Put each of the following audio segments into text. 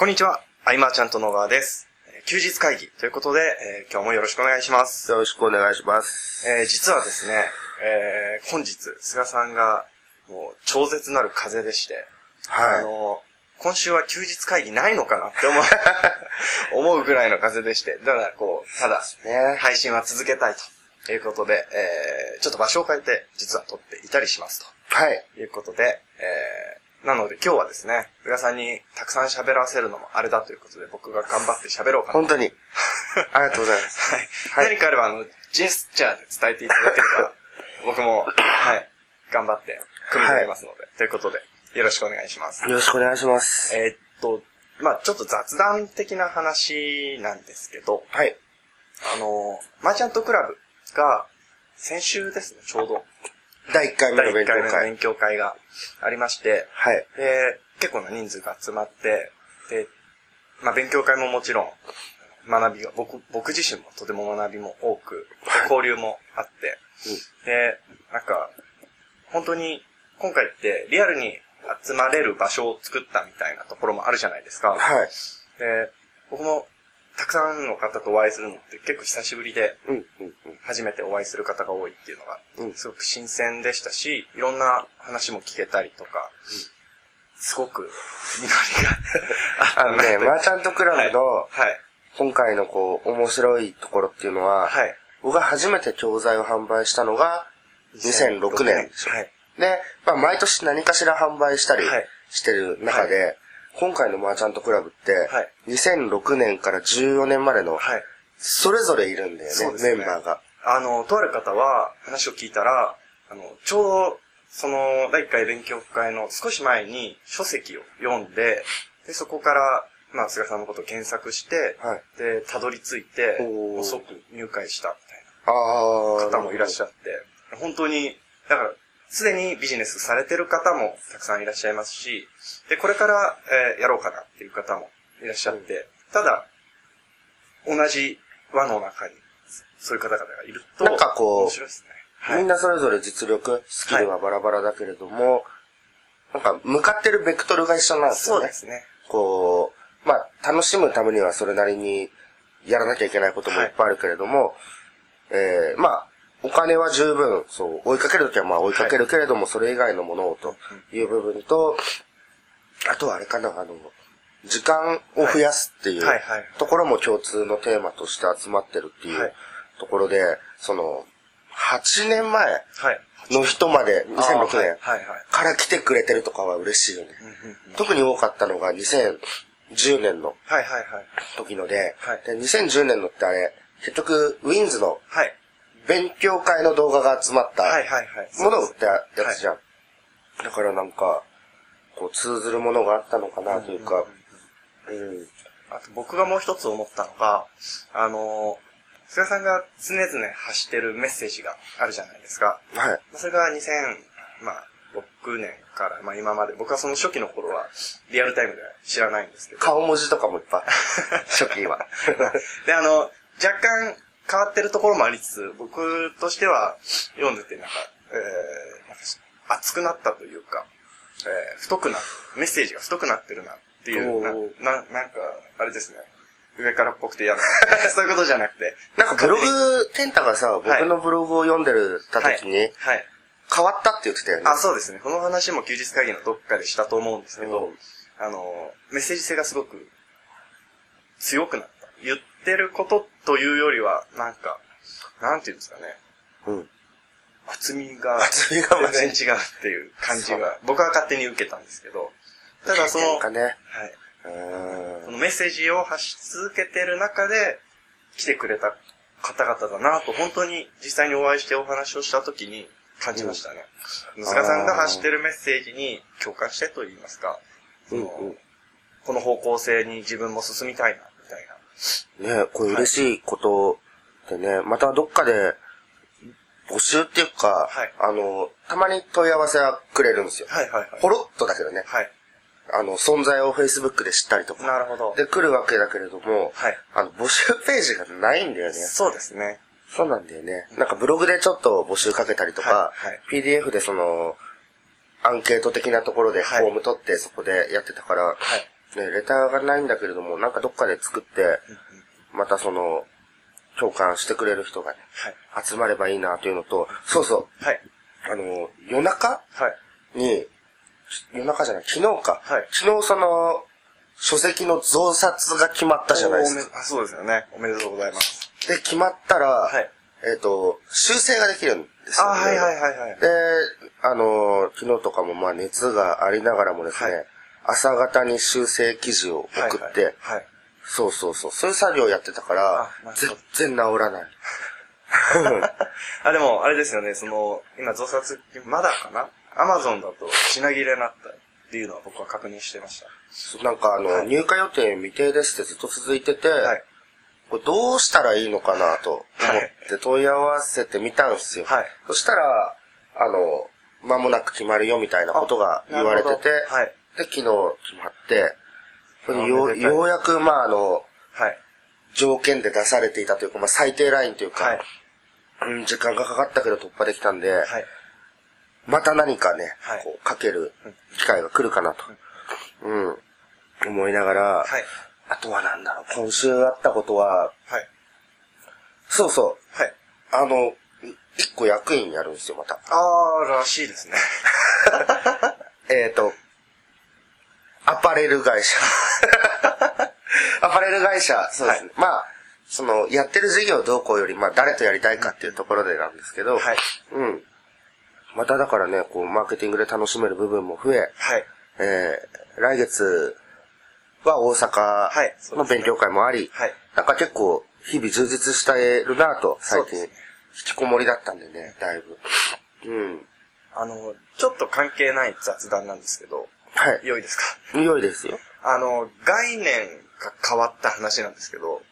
こんにちは、アイマーちゃんと野川です。休日会議ということで、今日もよろしくお願いします。 よろしくお願いします。 実はですね、本日、菅さんがもう超絶なる風邪でして、 はい。 今週は休日会議ないのかなって思うぐらいの風邪でして、だからただ、配信は続けたいということで、ちょっと場所を変えて実は撮っていたりしますと。 はい。 いうことで、なので今日はですね、菅さんにたくさん喋らせるのもあれだということで僕が頑張って喋ろうかな。 本当に。ありがとうございます。 はい。何かあればジェスチャーで伝えていただければ、僕も、はい、頑張って組み立てますので、ということで、よろしくお願いします。 よろしくお願いします。 まあちょっと雑談的な話なんですけど、 はい。 マーチャントクラブが先週ですね、ちょうど。 第1回目の勉強会。 第1回目の勉強会がありまして、 はい。 で、結構な人数が集まって、で、まあ勉強会ももちろん、学びが、僕自身もとても学びも多く、交流もあって、で、なんか、本当に今回ってリアルに集まれる場所を作ったみたいなところもあるじゃないですか。 はい。 で、僕もたくさんの方とお会いするのって結構久しぶりで、初めてお会いする方が多いっていうのが、すごく新鮮でしたし、いろんな話も聞けたりとか、すごく実りがマーチャントクラブの、今回の面白いところっていうのは、僕が初めて教材を販売したのが2006年でしょ。で、まあ毎年何かしら販売したりしてる中で、今回のマーチャントクラブって、2006年から14年までの、それぞれいるんだよね、メンバーが。 とある方は話を聞いたら、ちょうど、その、第1回勉強会の少し前に書籍を読んで、で、そこから、まあ、菅さんのことを検索して、で、たどり着いて、即入会したみたいな方もいらっしゃって、本当に、だから、すでにビジネスされてる方もたくさんいらっしゃいますし、で、これから、やろうかなっていう方もいらっしゃって、ただ、同じ輪の中に、そういう方々がいると、 なんか面白いですね。 みんなそれぞれ実力、スキルはバラバラだけれども、なんか向かってるベクトルが一緒なんですよね。 そうですね。 まあ、楽しむためにはそれなりにやらなきゃいけないこともいっぱいあるけれども、まあ、お金は十分、追いかけるときはまあ追いかけるけれども、それ以外のものをという部分と、あとはあれかな、時間を増やすっていうところも共通のテーマとして集まってるっていうところで、8年前の人まで2006年から来てくれてるとかは嬉しいよね。特に多かったのが2010年の時ので、2010年のってあれ、結局ウィンズの勉強会の動画が集まったものを売ったやつじゃん。だからなんか、通ずるものがあったのかなというか、 あと僕がもう一つ思ったのが、菅さんが常々発してるメッセージがあるじゃないですか。それが2006年から、まあ今まで、僕はその初期の頃はリアルタイムでは知らないんですけど。 顔文字とかもいっぱい。初期は。 で、若干変わってるところもありつつ、僕としては読んでて熱くなったというか、メッセージが太くなってるなっていう、なんか、あれですね。上からっぽくて嫌な。そういうことじゃなくて。 なんかブログ、テンタがさ、僕のブログを読んでた時に、変わったって言ってたよね。 あ、そうですね。この話も休日会議のどっかでしたと思うんですけど、メッセージ性がすごく強くなった。言ってることというよりは、なんか、なんていうんですかね。厚みが全然違うっていう感じが、僕は勝手に受けたんですけど、ただこのメッセージを発し続けてる中で来てくれた方々だなと本当に実際にお会いしてお話をした時に感じましたね。菅さんが発してるメッセージに共感してと言いますか、この方向性に自分も進みたいなみたいな。 ね、これ嬉しいことでね、またどっかで募集っていうか、たまに問い合わせはくれるんですよ。ポロッとだけどね。存在を Facebook で知ったりとか。 なるほど。 で来るわけだけれども、募集ページがないんだよね。 そうですね。 そうなんだよね。なんかブログでちょっと募集かけたりとか、PDF でアンケート的なところでフォーム取ってそこでやってたから、 ね、レターがないんだけれども、なんかどっかで作って、また共感してくれる人がね、集まればいいなというのと、そうそう。 はい。 夜中に、夜中じゃない、昨日か。昨日書籍の増刷が決まったじゃないですか。 そうですよね。おめでとうございます。 で、決まったら、修正ができるんですよね。で、昨日とかも熱がありながらもですね、朝方に修正記事を送って、そういう作業をやってたから、全然治らない。 でも、あれですよね、今増刷、まだかな？ Amazon だと品切れになったっていうのは僕は確認してました。 なんか入荷予定未定ですってずっと続いてて、これどうしたらいいのかなと思って問い合わせてみたんですよ。そしたら、間もなく決まるよみたいなことが言われてて、で、昨日決まって、ようやく、条件で出されていたというか、最低ラインというか、時間がかかったけど突破できたんで、また何かね、かける機会が来るかなと、思いながら、あとはなんだろう、今週あったことは、そうそう、一個役員やるんですよ、また。 らしいですね。 アパレル会社。アパレル会社、そうですね。やってる事業どうこうより、誰とやりたいかっていうところでなんですけど、まただからね、マーケティングで楽しめる部分も増え、来月は大阪の勉強会もあり、なんか結構日々充実してるなと、最近、引きこもりだったんでね、だいぶ。 ちょっと関係ない雑談なんですけど、良いですか？ 良いですよ。 概念が変わった話なんですけど、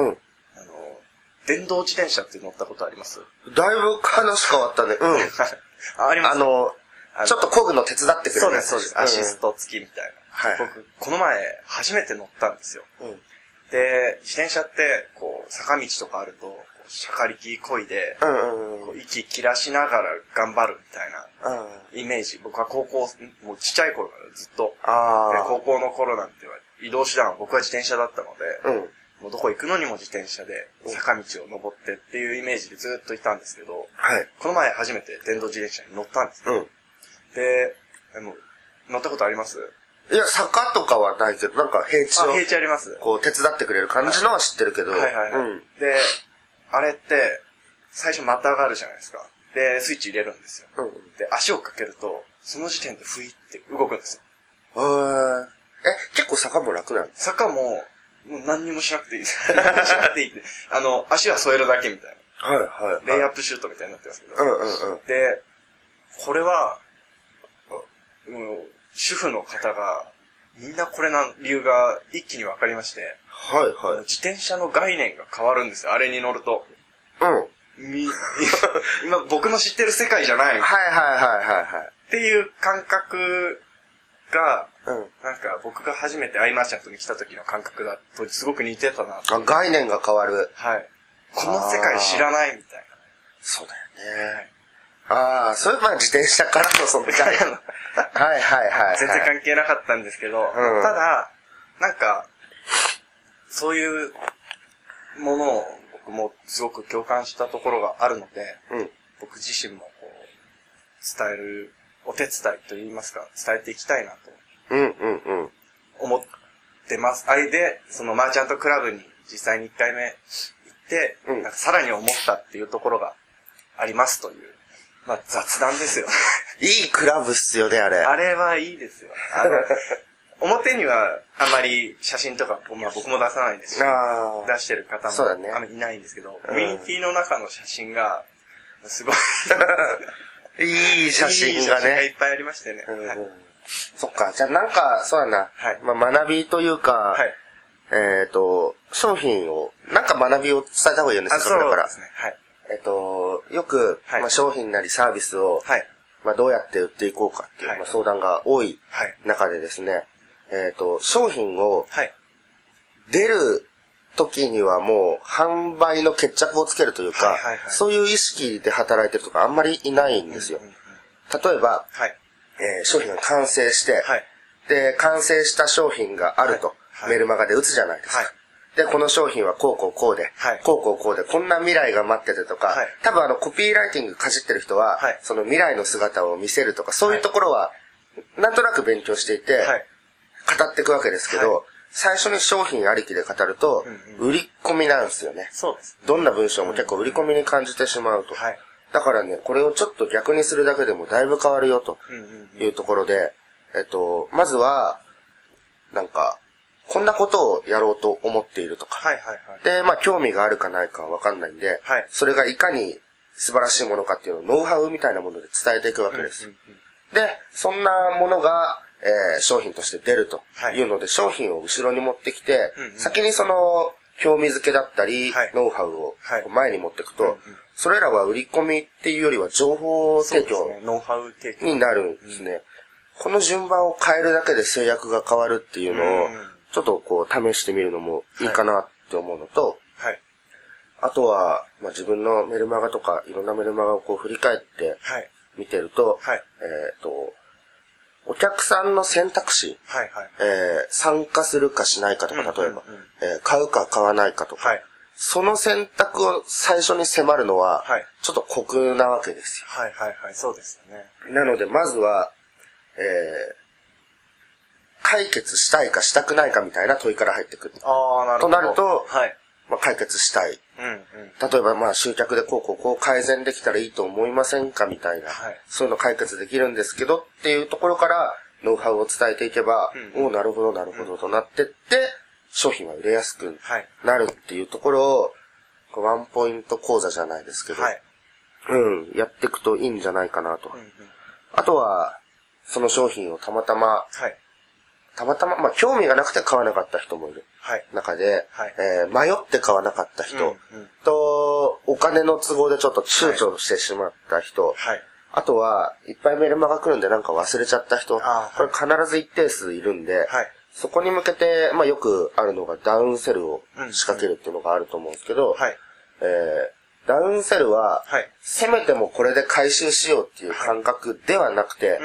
電動自転車って乗ったことあります？ だいぶ話変わったね。 あります。 ちょっと漕ぐの手伝ってくれる。 そうです、そうです。アシスト付きみたいな。僕、この前、初めて乗ったんですよ。で、自転車って、坂道とかあると、しゃかりき漕いで、息切らしながら頑張るみたいなイメージ。僕は高校、もうちっちゃい頃からずっと、高校の頃なんて移動手段は僕は自転車だったので、もうどこ行くのにも自転車で坂道を登ってっていうイメージでずっといたんですけど、この前初めて電動自転車に乗ったんです。で、乗ったことあります？ いや、坂とかはないけど、なんか平地を。 平地あります。 手伝ってくれる感じのは知ってるけど。で、 あれって、最初股があるじゃないですか。で、スイッチ入れるんですよ。で、足をかけると、その時点でふいって動くんですよ。 結構坂も楽なの？ 坂もう何にもしなくていいです。何にもしなくていいって。足は添えるだけみたいな。レイアップシュートみたいになってますけど。で、これは、主婦の方が、みんなこれ理由が一気に分かりまして。自転車の概念が変わるんですよ。あれに乗ると。今、僕の知ってる世界じゃない。っていう感覚が、なんか僕が初めてアイマーチャントに来た時の感覚だとすごく似てたなと。 概念が変わる。 この世界知らないみたいな。 そうだよね。そういう自転車からのその概念。 全然関係なかったんですけど、ただ、なんか、そういうものを僕もすごく共感したところがあるので、僕自身も伝えるお手伝いといいますか、伝えていきたいなと思ってます。で、そのマーチャントクラブに実際に1回目行って、なんかさらに思ったっていうところがありますという、雑談ですよ。 いいクラブっすよね、あれ。 あれはいいですよ。表にはあんまり写真とか、僕も出さないですし、出してる方もあんまりいないんですけど、コミュニティの中の写真が、すごい、 いい写真がね。 いい写真がいっぱいありましてね。 そっか、じゃあなんか、そうだな、学びというか、商品を、なんか学びを伝えた方がいいよね、せっかくだから。よく、商品なりサービスを、どうやって売っていこうかっていう、相談が多い中でですね、商品を出る時にはもう販売の決着をつけるというか、そういう意識で働いてるとかあんまりいないんですよ。例えば、商品が完成して、 で、完成した商品があると、メルマガで打つじゃないですか。で、この商品はこうこうこうで、こうこうこうで、こんな未来が待っててとか、多分コピーライティングかじってる人は、その未来の姿を見せるとか、そういうところは、なんとなく勉強していて、語っていくわけですけど、最初に商品ありきで語ると、売り込みなんですよね。 そうです。 どんな文章も結構売り込みに感じてしまうと。だからね、これをちょっと逆にするだけでもだいぶ変わるよというところで、まずは、なんか、こんなことをやろうと思っているとか。で、まあ、興味があるかないかはわかんないんで、それがいかに素晴らしいものかっていうのをノウハウみたいなもので伝えていくわけです。で、そんなものが、商品として出るというので、商品を後ろに持ってきて、先にその、興味づけだったり、ノウハウを前に持っていくと、それらは売り込みっていうよりは情報提供になるんですね。この順番を変えるだけで制約が変わるっていうのを、ちょっとこう試してみるのもいいかなって思うのと、あとは、まあ、自分のメルマガとかいろんなメルマガをこう振り返って見てると、お客さんの選択肢、参加するかしないかとか、例えば、買うか買わないかとか、その選択を最初に迫るのは、ちょっと酷なわけですよ。 そうですよね。 なので、まずは、解決したいかしたくないかみたいな問いから入ってくる。となると、まあ、解決したい。例えば、まあ、集客でこう改善できたらいいと思いませんかみたいな、そういうの解決できるんですけどっていうところから、ノウハウを伝えていけば、なるほど、なるほどとなってって、商品は売れやすくなるっていうところを、ワンポイント講座じゃないですけど、やっていくといいんじゃないかなと。あとは、その商品をたまたま、まあ、興味がなくて買わなかった人もいる。中で、迷って買わなかった人、と、お金の都合でちょっと躊躇してしまった人、あとは、いっぱいメルマガ来るんでなんか忘れちゃった人、これ必ず一定数いるんで、そこに向けて、まあ、よくあるのがダウンセルを仕掛けるっていうのがあると思うんですけど、ダウンセルは、せめてもこれで回収しようっていう感覚ではなくて、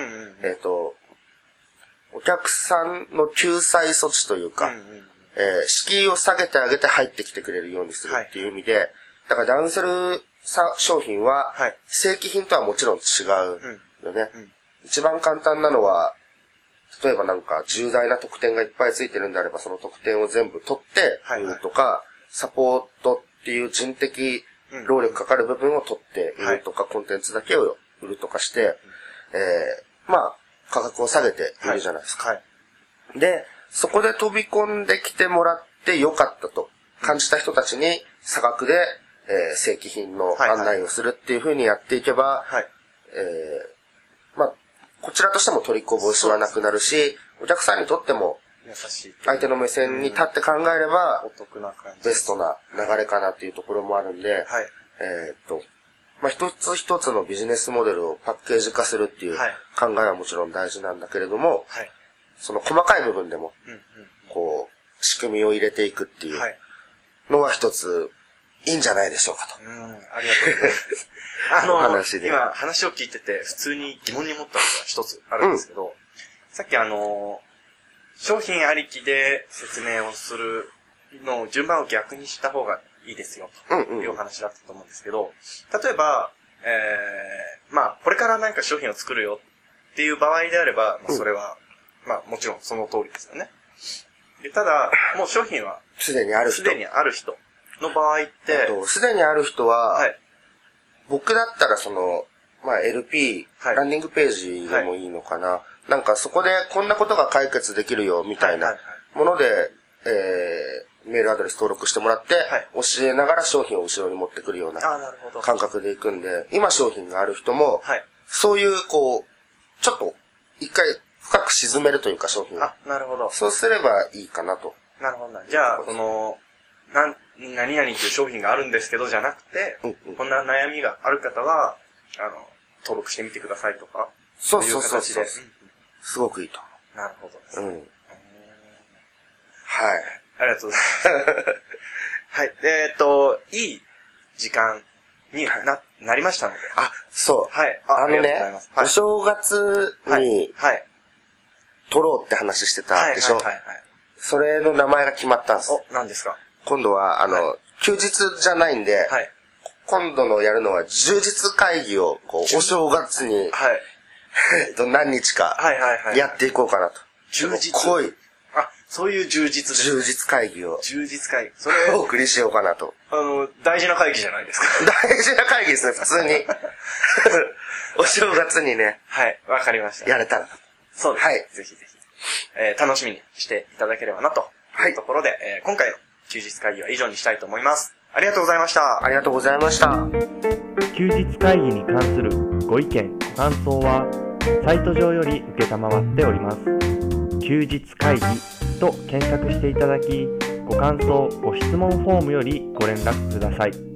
お客さんの救済措置というか、敷居を下げてあげて入ってきてくれるようにするっていう意味で、だからダウンセル商品は、正規品とはもちろん違うよね。一番簡単なのは、例えばなんか重大な特典がいっぱいついてるんであれば、その特典を全部取って売るとか、サポートっていう人的労力かかる部分を取って売るとか、コンテンツだけを売るとかして、まあ、価格を下げているじゃないですか。で、そこで飛び込んできてもらってよかったと感じた人たちに差額で、正規品の案内をするっていう風にやっていけば、まあ、こちらとしても取りこぼしはなくなるし、お客さんにとっても、相手の目線に立って考えれば、ベストな流れかなっていうところもあるんで、まあ、一つ一つのビジネスモデルをパッケージ化するっていう考えはもちろん大事なんだけれども、その細かい部分でも、こう、仕組みを入れていくっていうのは一ついいんじゃないでしょうかと。 ありがとうございます。今話を聞いてて普通に疑問に思ったのが一つあるんですけど、さっき商品ありきで説明をするのを順番を逆にした方がいいですよというお話だったと思うんですけど、例えば、まあ、これから何か商品を作るよっていう場合であれば、まあ、それは、まあ、もちろんその通りですよね。でただ、もう商品は、 すでにある人の場合って、 すでにある人は、僕だったらまあ、LP、ランディングページでもいいのかな。なんかそこでこんなことが解決できるよみたいなもので、メールアドレス登録してもらって、教えながら商品を後ろに持ってくるような感覚でいくんで、今商品がある人も、そういうこう、ちょっと一回深く沈めるというか商品を。 なるほど。 そうすればいいかなと。 なるほど。じゃあ、何々という商品があるんですけどじゃなくて、こんな悩みがある方は、登録してみてくださいとか。 そう。すごくいいと思う。なるほどですね。 はい。 ありがとうございます。はい。いい時間になりましたので。 そう。 はい。 お正月に、 取ろうって話してたでしょ。 はいはいはいはい。 それの名前が決まったんです。 お、何ですか？ 今度は、休日じゃないんで、 はい。 今度のやるのは充実会議を、お正月に、 はい。 何日か、 はいはいはい。 やっていこうかなと。 充実。 濃い。 あ、そういう充実ですね。 充実会議を。 充実会議。それ、 お送りしようかなと。 大事な会議じゃないですか。 大事な会議ですね、普通に。お正月にね。 はい、わかりました。 やれたら。 そうです。 はい。 ぜひぜひ。楽しみにしていただければなと。 はい。 ところで、今回の休日会議は以上にしたいと思います。ありがとうございました。 ありがとうございました。 休日会議に関するご意見、ご感想は、サイト上より受けたまわっております。休日会議と検索していただき、ご感想、ご質問フォームよりご連絡ください。